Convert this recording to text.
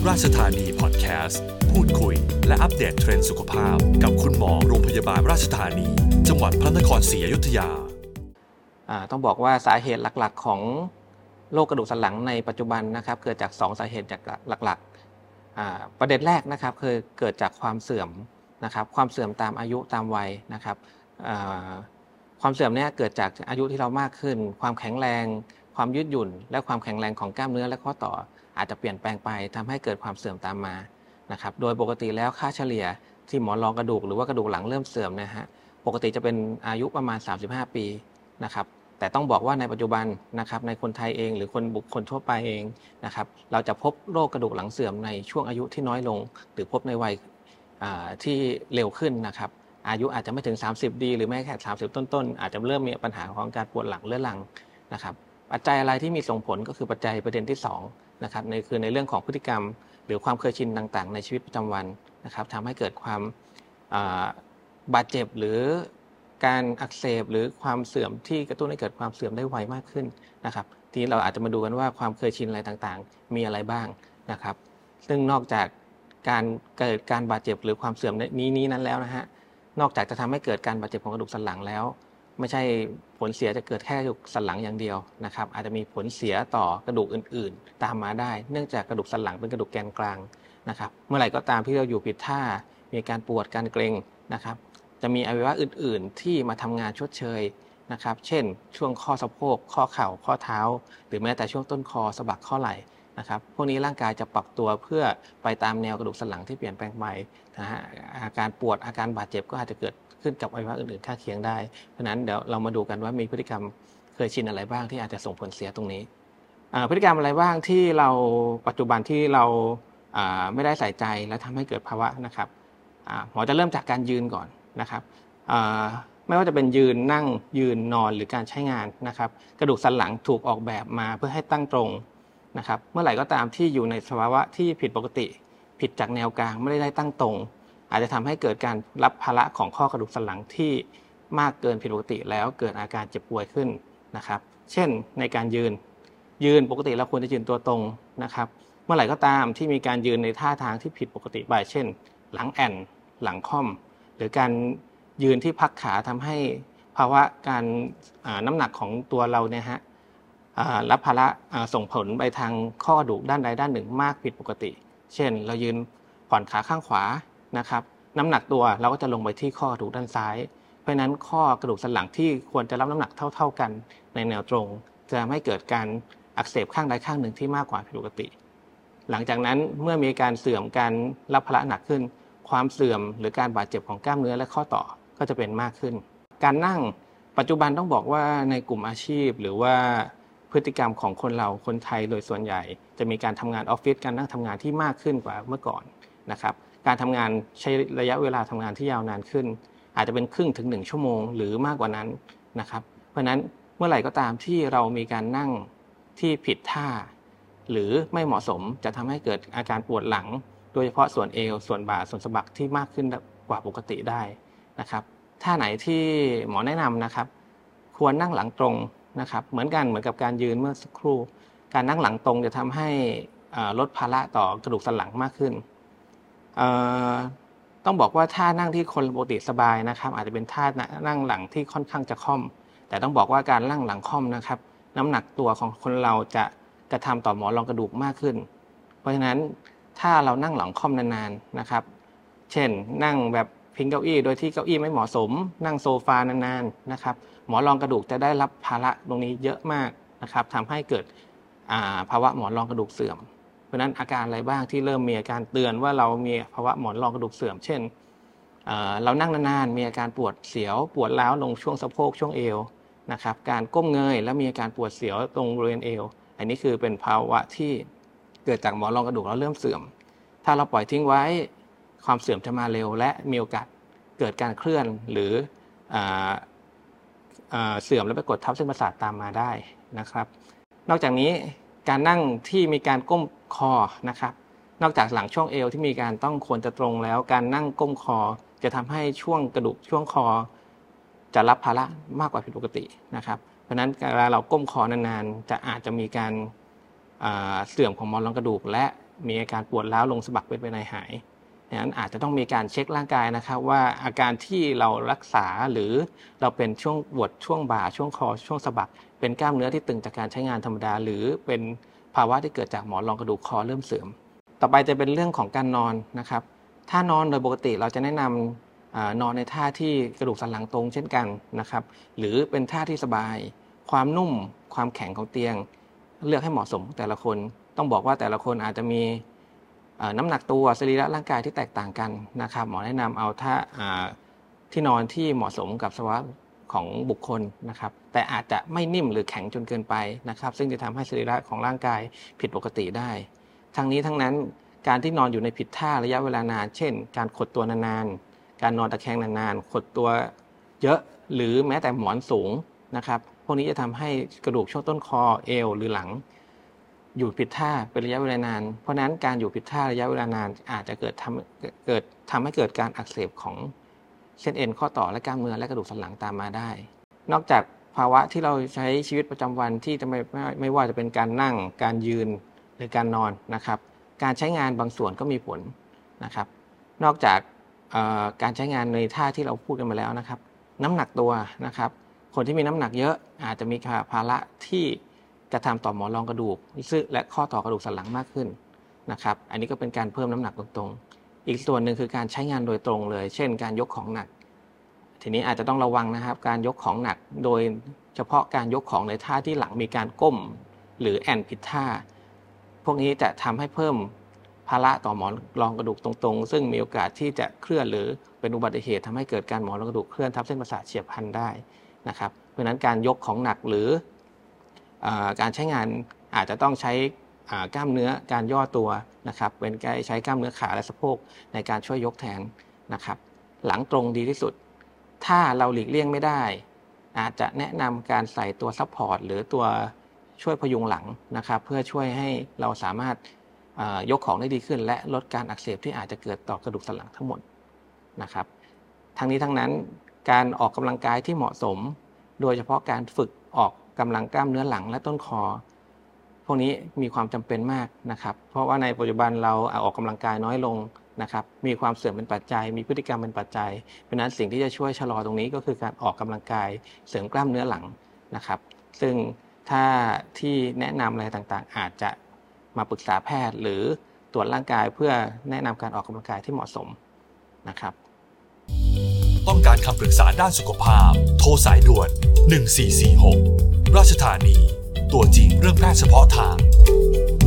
ราชธานีพอดแคสต์พูดคุยและอัปเดตเทรนด์สุขภาพกับคุณหมอโรงพยาบาลราชธานีจังหวัดพระนครศรีอยุธยาต้องบอกว่าสาเหตุหลักๆของโรคกระดูกสันหลังในปัจจุบันนะครับเกิดจาก2สาเหตุหลักๆประเด็นแรกนะครับคือเกิดจากความเสื่อมนะครับความเสื่อมตามอายุตามวัยนะครับความเสื่อมเนี่ยเกิดจากอายุที่เรามากขึ้นความแข็งแรงความยืดหยุ่นและความแข็งแรงของกล้ามเนื้อและข้อต่ออาจจะเปลี่ยนแปลงไปทำให้เกิดความเสื่อมตามมานะครับโดยปกติแล้วค่าเฉลี่ยที่หมอนรองกระดูกหรือว่ากระดูกหลังเริ่มเสื่อมนะฮะปกติจะเป็นอายุประมาณ35ปีนะครับแต่ต้องบอกว่าในปัจจุบันนะครับในคนไทยเองหรือคนบุคคลทั่วไปเองนะครับเราจะพบโรคกระดูกหลังเสื่อมในช่วงอายุที่น้อยลงหรือพบในวัยที่เร็วขึ้นนะครับอายุอาจจะไม่ถึง30ดีหรือแม้แค่30ต้นๆอาจจะเริ่มมีปัญหาของการปวดหลังเรื้อรังนะครับปัจจัยอะไรที่มีส่งผลก็คือปัจจัยประเด็นที่2นะครับคือในเรื่องของพฤติกรรมหรือความเคยชินต่างๆในชีวิตประจำวันนะครับทำให้เกิดความบาดเจ็บหรือการอักเสบหรือความเสื่อมที่กระตุ้นให้เกิดความเสื่อมได้ไวมากขึ้นนะครับทีนี้เราอาจจะมาดูกันว่าความเคยชินอะไรต่างๆมีอะไรบ้างนะครับซึ่งนอกจากการเกิดการบาดเจ็บหรือความเสื่อมนี้นั้นแล้วนะฮะนอกจากจะทำให้เกิดการบาดเจ็บของกระดูกสันหลังแล้วไม่ใช่ผลเสียจะเกิดแค่กระดูกสันหลังอย่างเดียวนะครับอาจจะมีผลเสียต่อกระดูกอื่นๆตามมาได้เนื่องจากกระดูกสันหลังเป็นกระดูกแกนกลางนะครับเมื่อไหร่ก็ตามที่เราอยู่ผิดท่ามีการปวดการเกร็งนะครับจะมีอวัยวะอื่นๆที่มาทำงานชดเชยนะครับเช่นช่วงข้อสะโพกข้อเข่าข้อเท้าหรือแม้แต่ช่วงต้นคอสะบักข้อไหล่นะครับพวกนี้ร่างกายจะปรับตัวเพื่อไปตามแนวกระดูกสันหลังที่เปลี่ยนแปลงไปนะฮะอาการปวดอาการบาดเจ็บก็อาจจะเกิดขึ้นกับอวัยวะอื่นๆข้างเคียงได้เพราะนั้นเดี๋ยวเรามาดูกันว่ามีพฤติกรรมเคยชินอะไรบ้างที่อาจจะส่งผลเสียตรงนี้พฤติกรรมอะไรบ้างที่เราปัจจุบันที่เราไม่ได้ใส่ใจและทำให้เกิดภาวะนะครับหมอจะเริ่มจากการยืนก่อนนะครับไม่ว่าจะเป็นยืนนั่งยืนนอนหรือการใช้งานนะครับกระดูกสันหลังถูกออกแบบมาเพื่อให้ตั้งตรงนะครับเมื่อไหร่ก็ตามที่อยู่ในสภาวะที่ผิดปกติผิดจากแนวกลางไม่ได้ตั้งตรงอาจจะทำให้เกิดการรับภาระของข้อกระดูกสันหลังที่มากเกินผิดปกติแล้วเกิดอาการเจ็บป่วยขึ้นนะครับเช่นในการยืนปกติเราควรจะยืนตัวตรงนะครับเมื่อไหร่ก็ตามที่มีการยืนในท่าทางที่ผิดปกติไปเช่นหลังแอนหลังค่อมหรือการยืนที่พักขาทำให้ภาวะการน้ำหนักของตัวเราเนี่ยฮะรับภาระส่งผลไปทางข้อกระดูกด้านใดด้านหนึ่งมากผิดปกติเช่นเรายืนผ่อนขาข้างขวานะครับน้ำหนักตัวเราก็จะลงไปที่ข้อกระดูกด้านซ้ายเพราะฉะนั้นข้อกระดูกสันหลังที่ควรจะรับน้ำหนักเท่ากันในแนวตรงจะทำให้เกิดการอักเสบข้างใดข้างหนึ่งที่มากกว่าผิดปกติหลังจากนั้นเมื่อมีการเสื่อมการรับภาระหนักขึ้นความเสื่อมหรือการบาดเจ็บของกล้ามเนื้อและข้อต่อก็จะเป็นมากขึ้นการนั่งปัจจุบันต้องบอกว่าในกลุ่มอาชีพหรือว่าพฤติกรรมของคนเราคนไทยโดยส่วนใหญ่จะมีการทำงานออฟฟิศการนั่งทำงานที่มากขึ้นกว่าเมื่อก่อนนะครับการทำงานใช้ระยะเวลาทำงานที่ยาวนานขึ้นอาจจะเป็นครึ่งถึง1ชั่วโมงหรือมากกว่านั้นนะครับเพราะฉะนั้นเมื่อไหร่ก็ตามที่เรามีการนั่งที่ผิดท่าหรือไม่เหมาะสมจะทำให้เกิดอาการปวดหลังโดยเฉพาะส่วนเอวส่วนบ่าส่วนสะบักที่มากขึ้นกว่าปกติได้นะครับท่าไหนที่หมอแนะนำนะครับควรนั่งหลังตรงนะครับเหมือนกับการยืนเมื่อสักครู่การนั่งหลังตรงจะทำให้ลดภาระต่อกระดูกสันหลังมากขึ้นต้องบอกว่าท่านั่งที่คนปกติสบายนะครับอาจจะเป็นท่านั่งหลังที่ค่อนข้างจะค่อมแต่ต้องบอกว่าการนั่งหลังค่อมนะครับน้ำหนักตัวของคนเราจะกระทำต่อหมอนรองกระดูกมากขึ้นเพราะฉะนั้นถ้าเรานั่งหลังค่อมนานๆนะครับเช่นนั่งแบบพิงเก้าอี้โดยที่เก้าอี้ไม่เหมาะสมนั่งโซฟานานๆนะครับหมอนรองกระดูกจะได้รับภาระตรงนี้เยอะมากนะครับทำให้เกิดภาวะหมอนรองกระดูกเสื่อมเพราะฉะนั้นอาการอะไรบ้างที่เริ่มมีอาการเตือนว่าเรามีภาวะหมอนรองกระดูกเสื่อมเช่นเรานั่งนานๆมีอาการปวดเสียวปวดร้าวลงช่วงสะโพกช่วงเอวนะครับการก้มเงยแล้วมีอาการปวดเสียวตรงบริเวณเอวอันนี้คือเป็นภาวะที่เกิดจากหมอนรองกระดูกแล้วเริ่มเสื่อมถ้าเราปล่อยทิ้งไว้ความเสื่อมจะมาเร็วและมีโอกาสเกิดการเคลื่อนหรือเสื่อมและไปกดทับเส้นประสาทตามมาได้นะครับนอกจากนี้การนั่งที่มีการก้มคอนะครับนอกจากหลังช่วงเอวที่มีการต้องควรจะตรงแล้วการนั่งก้มคอจะทำให้ช่วงกระดูกช่วงคอจะรับภาระมากกว่าผิดปกตินะครับเพราะนั้นเวลาเราก้มคอนานๆจะอาจจะมีการเสื่อมของหมอนรองกระดูกและมีอาการปวดร้าวลงสะบักเป็นไปในหายดังนั้นอาจจะต้องมีการเช็คร่างกายนะครับว่าอาการที่เรารักษาหรือเราเป็นช่วงปวดช่วงบ่าช่วงคอช่วงสะบักเป็นกล้ามเนื้อที่ตึงจากการใช้งานธรรมดาหรือเป็นภาวะที่เกิดจากหมอนรองกระดูกคอเริ่มเสื่อมต่อไปจะเป็นเรื่องของการนอนนะครับถ้านอนโดยปกติเราจะแนะนำนอนในท่าที่กระดูกสันหลังตรงเช่นกันนะครับหรือเป็นท่าที่สบายความนุ่มความแข็งของเตียงเลือกให้เหมาะสมแต่ละคนต้องบอกว่าแต่ละคนอาจจะมีน้ำหนักตัวสรีระร่างกายที่แตกต่างกันนะครับหมอแนะนำเอาท่าที่นอนที่เหมาะสมกับสภาวะของบุคคลนะครับแต่อาจจะไม่นิ่มหรือแข็งจนเกินไปนะครับซึ่งจะทำให้สรีระของร่างกายผิดปกติได้ทั้งนี้ทั้งนั้นการที่นอนอยู่ในผิดท่าระยะเวลานานเช่นการขดตัวนานๆการนอนตะแคงนานๆขดตัวเยอะหรือแม้แต่หมอนสูงนะครับพวกนี้จะทำให้กระดูกช่วงต้นคอเอวหรือหลังอยู่ผิดท่าเป็นระยะเวลานานเพราะนั้นการอยู่ผิดท่าระยะเวลานานอาจจะทำให้เกิดการอักเสบของเส้นเอ็นข้อต่อและกล้ามเนื้อและกระดูกสันหลังตามมาได้นอกจากภาวะที่เราใช้ชีวิตประจำวันที่จะไม่ว่าจะเป็นการนั่งการยืนหรือการนอนนะครับการใช้งานบางส่วนก็มีผลนะครับนอกจากการใช้งานในท่าที่เราพูดกันมาแล้วนะครับน้ำหนักตัวนะครับคนที่มีน้ำหนักเยอะอาจจะมีภาระที่กระทำต่อหมอนรองกระดูกและข้อต่อกระดูกสันหลังมากขึ้นนะครับอันนี้ก็เป็นการเพิ่มน้ำหนักตรงๆอีกส่วนหนึ่งคือการใช้งานโดยตรงเลยเช่นการยกของหนักทีนี้อาจจะต้องระวังนะครับการยกของหนักโดยเฉพาะการยกของในท่าที่หลังมีการก้มหรือแอนผิดท่าพวกนี้จะทำให้เพิ่มภาระต่อหมอนรองกระดูกตรงๆซึ่งมีโอกาสที่จะเคลื่อนหรือเป็นอุบัติเหตุทำให้เกิดการหมอนรองกระดูกเคลื่อนทับเส้นประสาทเฉียบพลันได้นะครับเพราะฉะนั้นการยกของหนักหรือการใช้งานอาจจะต้องใช้กล้ามเนื้อการย่อตัวนะครับเป็นการใช้กล้ามเนื้อขาและสะโพกในการช่วยยกแทนนะครับหลังตรงดีที่สุดถ้าเราหลีกเลี่ยงไม่ได้อาจจะแนะนำการใส่ตัวซัพพอร์ตหรือตัวช่วยพยุงหลังนะครับเพื่อช่วยให้เราสามารถยกของได้ดีขึ้นและลดการอักเสบที่อาจจะเกิดต่อกระดูกสันหลังทั้งหมดนะครับทั้งนี้ทั้งนั้นการออกกำลังกายที่เหมาะสมโดยเฉพาะการฝึกออกกำลังกล้ามเนื้อหลังและต้นคอพวกนี้มีความจำเป็นมากนะครับเพราะว่าในปัจจุบันเราออกกำลังกายน้อยลงนะครับมีความเสื่อมเป็นปัจจัยมีพฤติกรรมเป็นปัจจัยเพราะฉะนั้นสิ่งที่จะช่วยชะลอตรงนี้ก็คือการออกกำลังกายเสริมกล้ามเนื้อหลังนะครับซึ่งถ้าที่แนะนำอะไรต่างๆอาจจะมาปรึกษาแพทย์หรือตรวจร่างกายเพื่อแนะนำการออกกำลังกายที่เหมาะสมนะครับต้องการคำปรึกษาด้านสุขภาพโทรสายด่วน1446ราชธานีตัวจริงเรื่องแพทย์เฉพาะทาง